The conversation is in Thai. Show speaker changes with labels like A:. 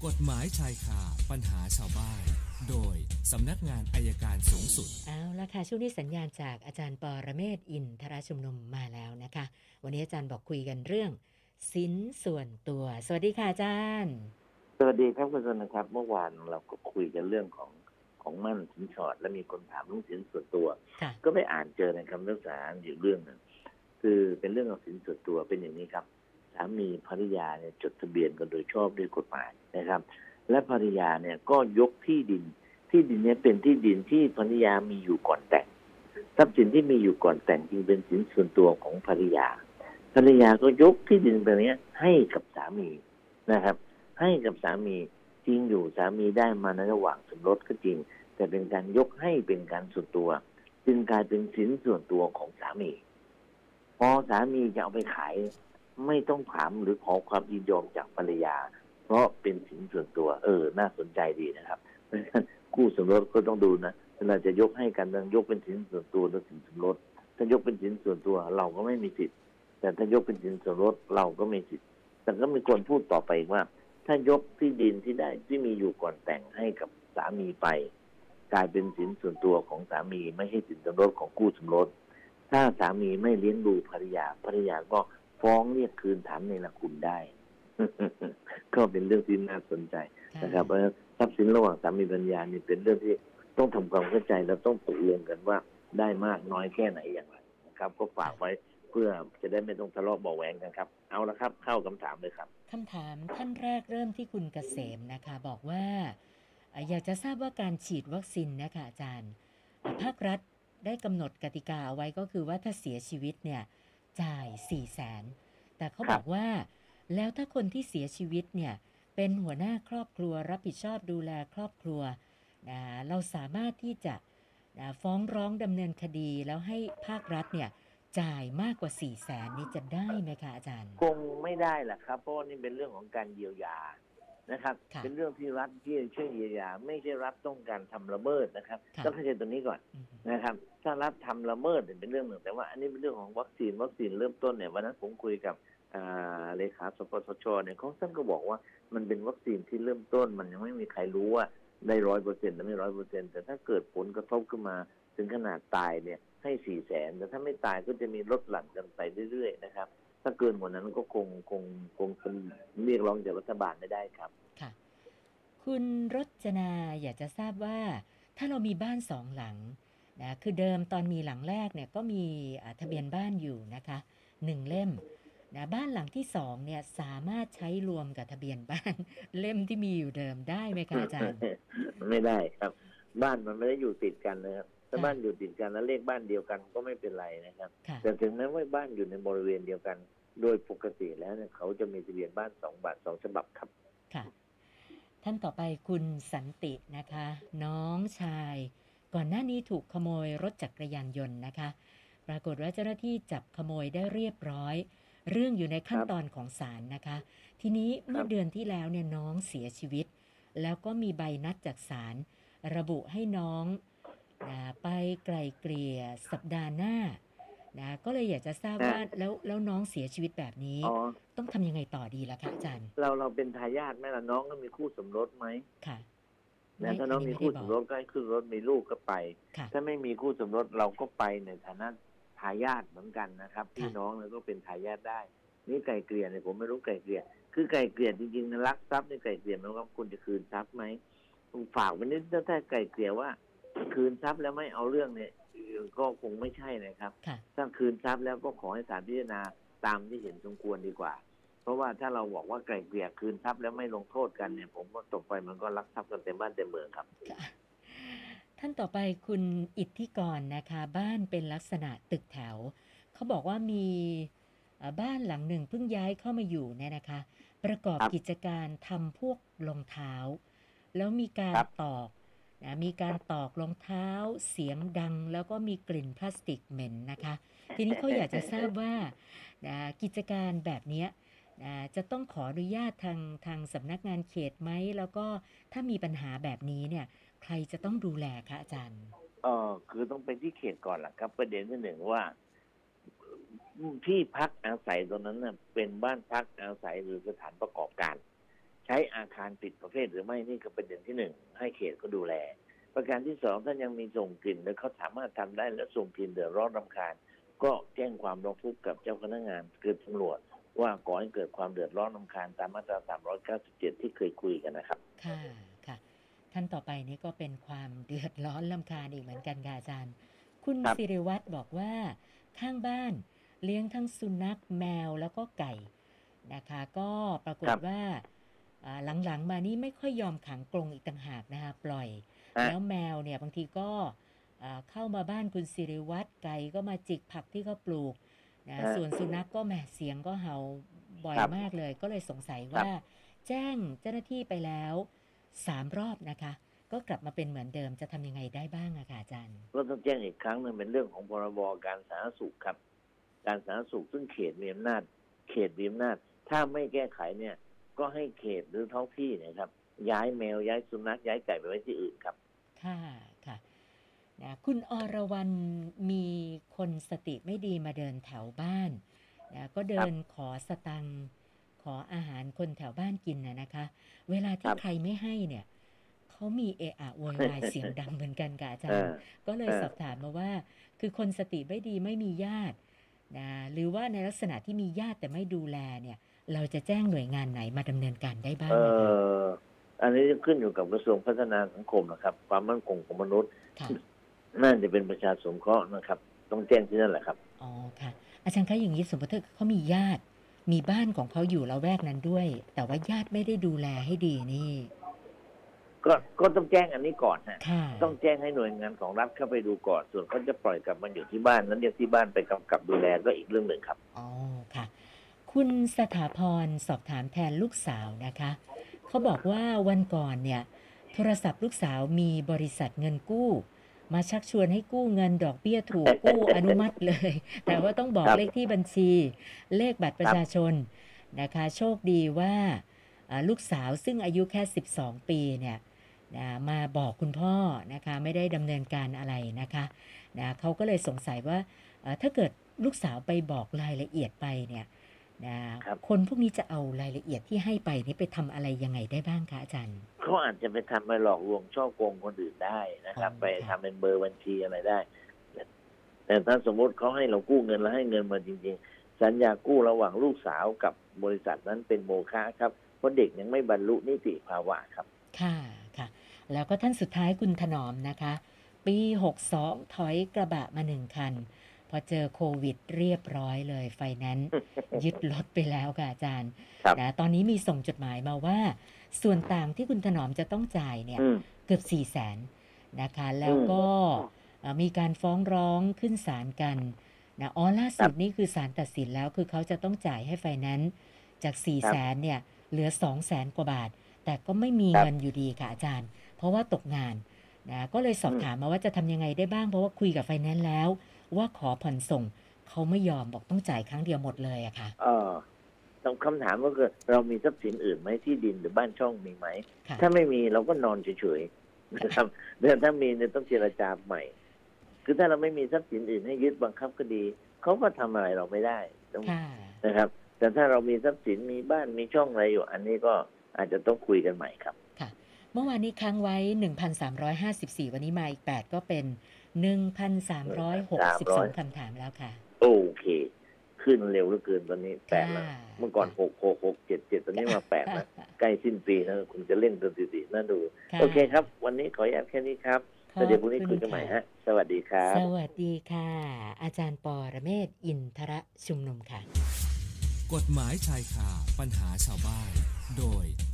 A: กฎหมายชายคาปัญหาชาวบ้านโดยสำนักงานอัยการสูงสุด
B: เอาละค่ะช่วงนี้สัญญาณจากอาจารย์ปรเมศวร์ อินทรชุมนุมมาแล้วนะคะวันนี้อาจารย์บอกคุยกันเรื่องสินส่วนตัวสวัสดีค่ะอาจารย์
C: สวัสดีครับคุณชนนะครับเมื่อวานเราก็คุยกันเรื่องของมั่นสินสอดและมีคนถามเรื่องสินส่วนตัวก็ไปอ่านเจอในคำพิพากษาอยู่เรื่องนึงคือเป็นเรื่องของสินส่วนตัวเป็นอย่างนี้ครับสามีภรรยาเนี่ยจดทะเบียนกันโดยชอบด้วยกฎหมายนะครับและภรรยาเนี่ยก็ยกที่ดินนี้เป็นที่ดินที่ภรรยามีอยู่ก่อนแต่งทรัพย์สินที่มีอยู่ก่อนแต่งจึงเป็นสินส่วนตัวของภรรยาก็ยกที่ดินแบบนี้ให้กับสามีนะครับให้กับสามีจริงอยู่สามีได้มาในระหว่างสมรสก็จริงแต่เป็นการยกให้เป็นการส่วนตัวจึงกลายเป็นสินส่วนตัวของสามีพอสามีจะเอาไปขายไม่ต้องถามหรือขอความยินยอมจากภรรยาเพราะเป็นสินส่วนตัวน่าสนใจดีนะครับเพราะฉะนั้นคู่สมรสก็ต้องดูนะเวลาจะยกให้กันต้องยกเป็นสินส่วนตัวหรือสินสมรสถ้ายกเป็นสินส่วนตัวเราก็ไม่มีสิทธิ์แต่ถ้ายกเป็นสินสมรสเราก็มีสิทธิ์แต่ก็มีคนพูดต่อไปว่าถ้ายกที่ดินที่ได้ที่มีอยู่ก่อนแต่งให้กับสามีไปกลายเป็นสินส่วนตัวของสามีไม่ใช่สินสมรสของคู่สมรสถ้าสามีไม่เลี้ยงดูภรรยาก็ฟ้องเรียกคืนถามในละคุณได้ ก็เป็นเรื่องที่น่าสนใจนะครับเพราะทรัพย์สินระหว่างสามีภรรยานี่เป็นเรื่องที่ต้องทำความเข้าใจและต้องตกลงกันว่าได้มากน้อยแค่ไหนอย่างไรนะครับก็ฝากไว้เพื่อจะได้ไม่ต้องทะเลาะเบาแหวงกันครับเอาละครับเข้าคำถามเลยครับ
B: คำถามท่านแรกเริ่มที่คุณเกษมนะคะบอกว่าอยากจะทราบว่าการฉีดวัคซีนนะคะอาจารย์ภาครัฐได้กำหนดกติกาเอาไว้ก็คือว่าถ้าเสียชีวิตเนี่ยจ่าย 400,000 แต่เขาบอกว่าแล้วถ้าคนที่เสียชีวิตเนี่ยเป็นหัวหน้าครอบครัวรับผิดชอบดูแลครอบครัวเราสามารถที่จะฟ้องร้องดำเนินคดีแล้วให้ภาครัฐเนี่ยจ่ายมากกว่า 400,000 นี่จะได้ไหมคะอาจารย์
C: คงไม่ได้แหละครับเพราะนี่เป็นเรื่องของการเยียวยานะครับเป็นเรื่องที่รัฐที่ช่วยเยียวยาไม่ใช่รัฐต้องการทำละเมิดนะครับต้องเข้าใจตรงนี้ก่อนนะครับถ้ารัฐทำละเมิดเป็นเรื่องหนึ่งแต่ว่าอันนี้เป็นเรื่องของวัคซีนเริ่มต้นเนี่ยวันนั้นผมคุยกับเลขาสปสชเนี่ยเขาท่านก็บอกว่ามันเป็นวัคซีนที่เริ่มต้นมันยังไม่มีใครรู้ว่าได้ 100% หรือไม่ 100% แต่ถ้าเกิดผลกระทบขึ้นมาถึงขนาดตายเนี่ยให้ 400,000 แต่ถ้าไม่ตายก็จะมีลดหลั่นกันไปเรื่อยๆนะครับถ้าเกินกว่านั้นก็คงเรียกร้องจากรัฐบาลไม่ได้ครับ
B: ค่ะคุณรจนาอยากจะทราบว่าถ้าเรามีบ้าน2 หลังนะคือเดิมตอนมีหลังแรกเนี่ยก็มีทะเบียนบ้านอยู่นะคะ1 เล่มนะบ้านหลังที่2เนี่ยสามารถใช้รวมกับทะเบียนบ้านเล่มที่มีอยู่เดิมได้ไหมคะอาจารย์
C: ไม่ได้ครับบ้านมันไม่ได้อยู่ติดกันนะครับถ้าบ้านอยู่ติดกันแล้วเลขบ้านเดียวกันก็ไม่เป็นไรนะครับแต่ถึงแม้ว่าบ้านอยู่ในบริเวณเดียวกันโดยปกติแล้วเนี่ยเขาจะมีทะเบียนบ้าน2 ฉบับครับ
B: ค่ะท่านต่อไปคุณสันตินะคะน้องชายก่อนหน้านี้ถูกขโมยรถจักรยานยนต์นะคะปรากฏว่าเจ้าหน้าที่จับขโมยได้เรียบร้อยเรื่องอยู่ในขั้นตอนของศาลนะคะทีนี้เมื่อเดือนที่แล้วเนี่ยน้องเสียชีวิตแล้วก็มีใบนัดจากศาลระบุให้น้องไปไกล่เกลี่ยสัปดาห์หน้าก็เลยอยากจะทราบว่าแล้วน้องเสียชีวิตแบบนี้ต้องทำยังไงต่อดีล่ะคะอาจารย์
C: เราเป็นทายาทไหมล่ะน้องก็มีคู่สมรสไหม
B: ค่ะ
C: ถ้าน้องมีคู่สมรสก็ให้ขึ้นรถมีลูกก็ไปถ้าไม่มีคู่สมรสเราก็ไปในฐานะทายาทเหมือนกันนะครับพี่น้องเนี่ยก็เป็นทายาทได้นี่ไกล่เกลี่ยเนี่ยผมไม่รู้ไกล่เกลี่ยคือไกล่เกลี่ยจริงๆลักทรัพย์นี่ไกล่เกลี่ยนะครับคุณจะคืนทรัพย์ไหมฝากไว้นิดถ้าไกล่เกลี่ยว่าคืนทรัพย์แล้วไม่เอาเรื่องเนี่ยก็คงไม่ใช่นะครับถ้าคืนทรัพย์แล้วก็ขอให้ศาลพิจารณาตามที่เห็นสมควรดีกว่าเพราะว่าถ้าเราบอกว่าไกล่เกลี่ยคืนทรัพย์แล้วไม่ลงโทษกันเนี่ยผมว่าตกไปมันก็ลักทรัพย์กันเต็มบ้านเต็มเมืองครับ
B: ท่านต่อไปคุณอิทธิกรนะคะบ้านเป็นลักษณะตึกแถวเขาบอกว่ามีบ้านหลังหนึ่งเพิ่งย้ายเข้ามาอยู่เนี่ยนะคะประกอบกิจการทำพวกรองเท้าแล้วมีการตอกรองเท้าเสียงดังแล้วก็มีกลิ่นพลาสติกเหม็นนะคะทีนี้เขาอยากจะทราบว่ากิจการแบบนี้จะต้องขออนุญาตทางสำนักงานเขตไหมแล้วก็ถ้ามีปัญหาแบบนี้เนี่ยใครจะต้องดูแลคะอาจารย์
C: คือต้องไปที่เขตก่อนล่ะครับประเด็นที่หนึ่งว่าที่พักอาศัยตรงนั้นน่ะเป็นบ้านพักอาศัยหรือสถานประกอบการใช้อาคารผิดประเภทหรือไม่นี่ก็เป็นประเด็นที่หนึ่งให้เขตก็ดูแลประการที่สองท่านยังมีส่งกลิ่นและเขาสามารถทำได้และส่งกลิ่นเดือดร้อนรำคาญก็แจ้งความร้องทุกข์กับเจ้าพนักงานคือตำรวจว่าก่อให้เกิดความเดือดร้อนรำคาญตามมาตรา397ที่เคยคุยกันนะครับ
B: ค่ะค่ะท่านต่อไปนี้ก็เป็นความเดือดร้อนรำคาญอีกเหมือนกันค่ะอาจารย์คุณศิริวัฒน์บอกว่าข้างบ้านเลี้ยงทั้งสุนัขแมวแล้วก็ไก่นะคะก็ปรากฏว่าหลังๆมานี่ไม่ค่อยยอมขังกรงอีกต่างหากนะคะปล่อยแล้วแมวเนี่ยบางทีก็เข้ามาบ้านคุณศิริวัฒน์ไก่ก็มาจิกผักที่เขาปลูกนะส่วนสุนัขก็แหมเสียงก็เห่าบ่อยมากเลยก็เลยสงสัยว่าแจ้งเจ้าหน้าที่ไปแล้ว3 รอบนะคะก็กลับมาเป็นเหมือนเดิมจะทำยังไงได้บ้างอะค่ะอาจารย์
C: ก็ต้องแจ้งอีกครั้งนึงเป็นเรื่องของพรบการสาธารณสุขครับการสาธารณสุขซึ่งเขตมีอำนาจถ้าไม่แก้ไขเนี่ยก็ให้เขตหรือท้องที่นะครับย้ายแมวย้ายสุนัขย้ายไก่ไปไว้ที่อื่นครับ
B: ค่ะค่ะนะคุณอรวรรณมีคนสติไม่ดีมาเดินแถวบ้านนะก็เดินขอสตังค์ขออาหารคนแถวบ้านกินนะคะเวลาที่ใครไม่ให้เนี่ยเขามีเอะอะโวยวายเสียงดังเหมือนกันค่ะอาจารย์ก็เลยสอบถามมาว่าคือคนสติไม่ดีไม่มีญาตินะหรือว่าในลักษณะที่มีญาติแต่ไม่ดูแลเนี่ยเราจะแจ้งหน่วยงานไหนมาดำเนินการได้บ้าง
C: อันนี้ขึ้นอยู่กับกระทรวงพัฒนาสังคมนะครับความมั่นคงของมนุษย์น่าจะเป็นประชาสงเคราะห์นะครับต้องแจ้งที่นั่นแหละครับ
B: อ๋อค่ะอาจารย์คะอย่างนี้สมมติถ้าเขามีญาติมีบ้านของเขาอยู่ละแวกนั้นด้วยแต่ว่าญาติไม่ได้ดูแลให้ดีนี่
C: ก็ต้องแจ้งอันนี้ก่อนฮะต้องแจ้งให้หน่วยงานของรัฐเข้าไปดูก่อนส่วนเขาจะปล่อยกลับมันอยู่ที่บ้านนั้นเรียกที่บ้านไปกำกับดูแลก็อีกเรื่องหนึ่งครับ
B: อ๋อค่ะคุณสถาพรสอบถามแทนลูกสาวนะคะเขาบอกว่าวันก่อนเนี่ยโทรศัพท์ลูกสาวมีบริษัทเงินกู้มาชักชวนให้กู้เงินดอกเบี้ยถูกกู้อนุมัติเลยแต่ว่าต้องบอกเลขที่บัญชีเลขบัตรประชาชนนะคะโชคดีว่าลูกสาวซึ่งอายุแค่12 ปีเนี่ยมาบอกคุณพ่อนะคะไม่ได้ดำเนินการอะไรนะคะเขาก็เลยสงสัยว่าถ้าเกิดลูกสาวไปบอกรายละเอียดไปเนี่ยคนพวกนี้จะเอารายละเอียดที่ให้ไปนี่ไปทำอะไรยังไงได้บ้างคะอาจารย์
C: เขาอาจจะไปทำไปหลอกลวงช่อโกงคนอื่นได้นะครับไปทำเป็นเบอร์บัญชีอะไรได้แต่ถ้าสมมติเขาให้เรากู้เงินแล้วให้เงินมาจริงๆสัญญากู้ระหว่างลูกสาวกับบริษัทนั้นเป็นโมฆะครับเพราะเด็กยังไม่บรรลุนิติภาวะครับ
B: ค่ะค่ะแล้วก็ท่านสุดท้ายคุณถนอมนะคะปี62ถอยกระบะมา1 คันพอเจอโควิดเรียบร้อยเลยไฟแนนซ์ยึดรถไปแล้วค่ะอาจารย์นะตอนนี้มีส่งจดหมายมาว่าส่วนต่างที่คุณถนอมจะต้องจ่ายเนี่ยเกือบ400,000นะคะแล้วก็มีการฟ้องร้องขึ้นศาลกันนะล่าสุดนี้คือศาลตัดสินแล้วคือเขาจะต้องจ่ายให้ไฟแนนซ์จาก400,000เนี่ยเหลือ200,000 กว่าบาทแต่ก็ไม่มีเงินอยู่ดีค่ะอาจารย์เพราะว่าตกงานนะก็เลยสอบถามมาว่าจะทำยังไงได้บ้างเพราะว่าคุยกับไฟแนนซ์แล้วว่าขอผ่อนส่งเขาไม่ยอมบอกต้องจ่ายครั้งเดียวหมดเลยอะค่ะ
C: คำถามก็คือเรามีทรัพย์สินอื่นไหมที่ดินหรือบ้านช่องมีไหมถ้าไม่มีเราก็นอนเฉยๆนะครับแต่ถ้ามีเนี่ยต้องเจรจาใหม่คือถ้าเราไม่มีทรัพย์สินอื่นให้ยึดบังคับคดีเขาก็ทำอะไรเราไม่ได้นะครับแต่ถ้าเรามีทรัพย์สินมีบ้านมีช่องอะไรอยู่อันนี้ก็อาจจะต้องคุยกันใหม่ครับ
B: ค่ะเมื่อวานนี้ค้างไว้ 1,354 วันนี้มาอีก8ก็เป็น 1,362 คำถามแล้วค่ะ
C: โอเคขึ้นเร็วเหลือเกินตอนนี้8แล้วเมื่อก่อน6 7 ตอนนี้มา8แล้วใกล้สิ้นปีนะคุณจะเล่นสถิติน่าดูโอเคครับวันนี้ขออนุญาตแค่นี้ครับเดี๋ยวพรุ่งนี้คุยกันใหม่ฮะสวัสดีครับ
B: สวัสดีค่ะอาจารย์ปรเมศวร์อินทรชุมนุมค่ะ
A: กฎหมายชายคาปัญหาชาวบ้านโดย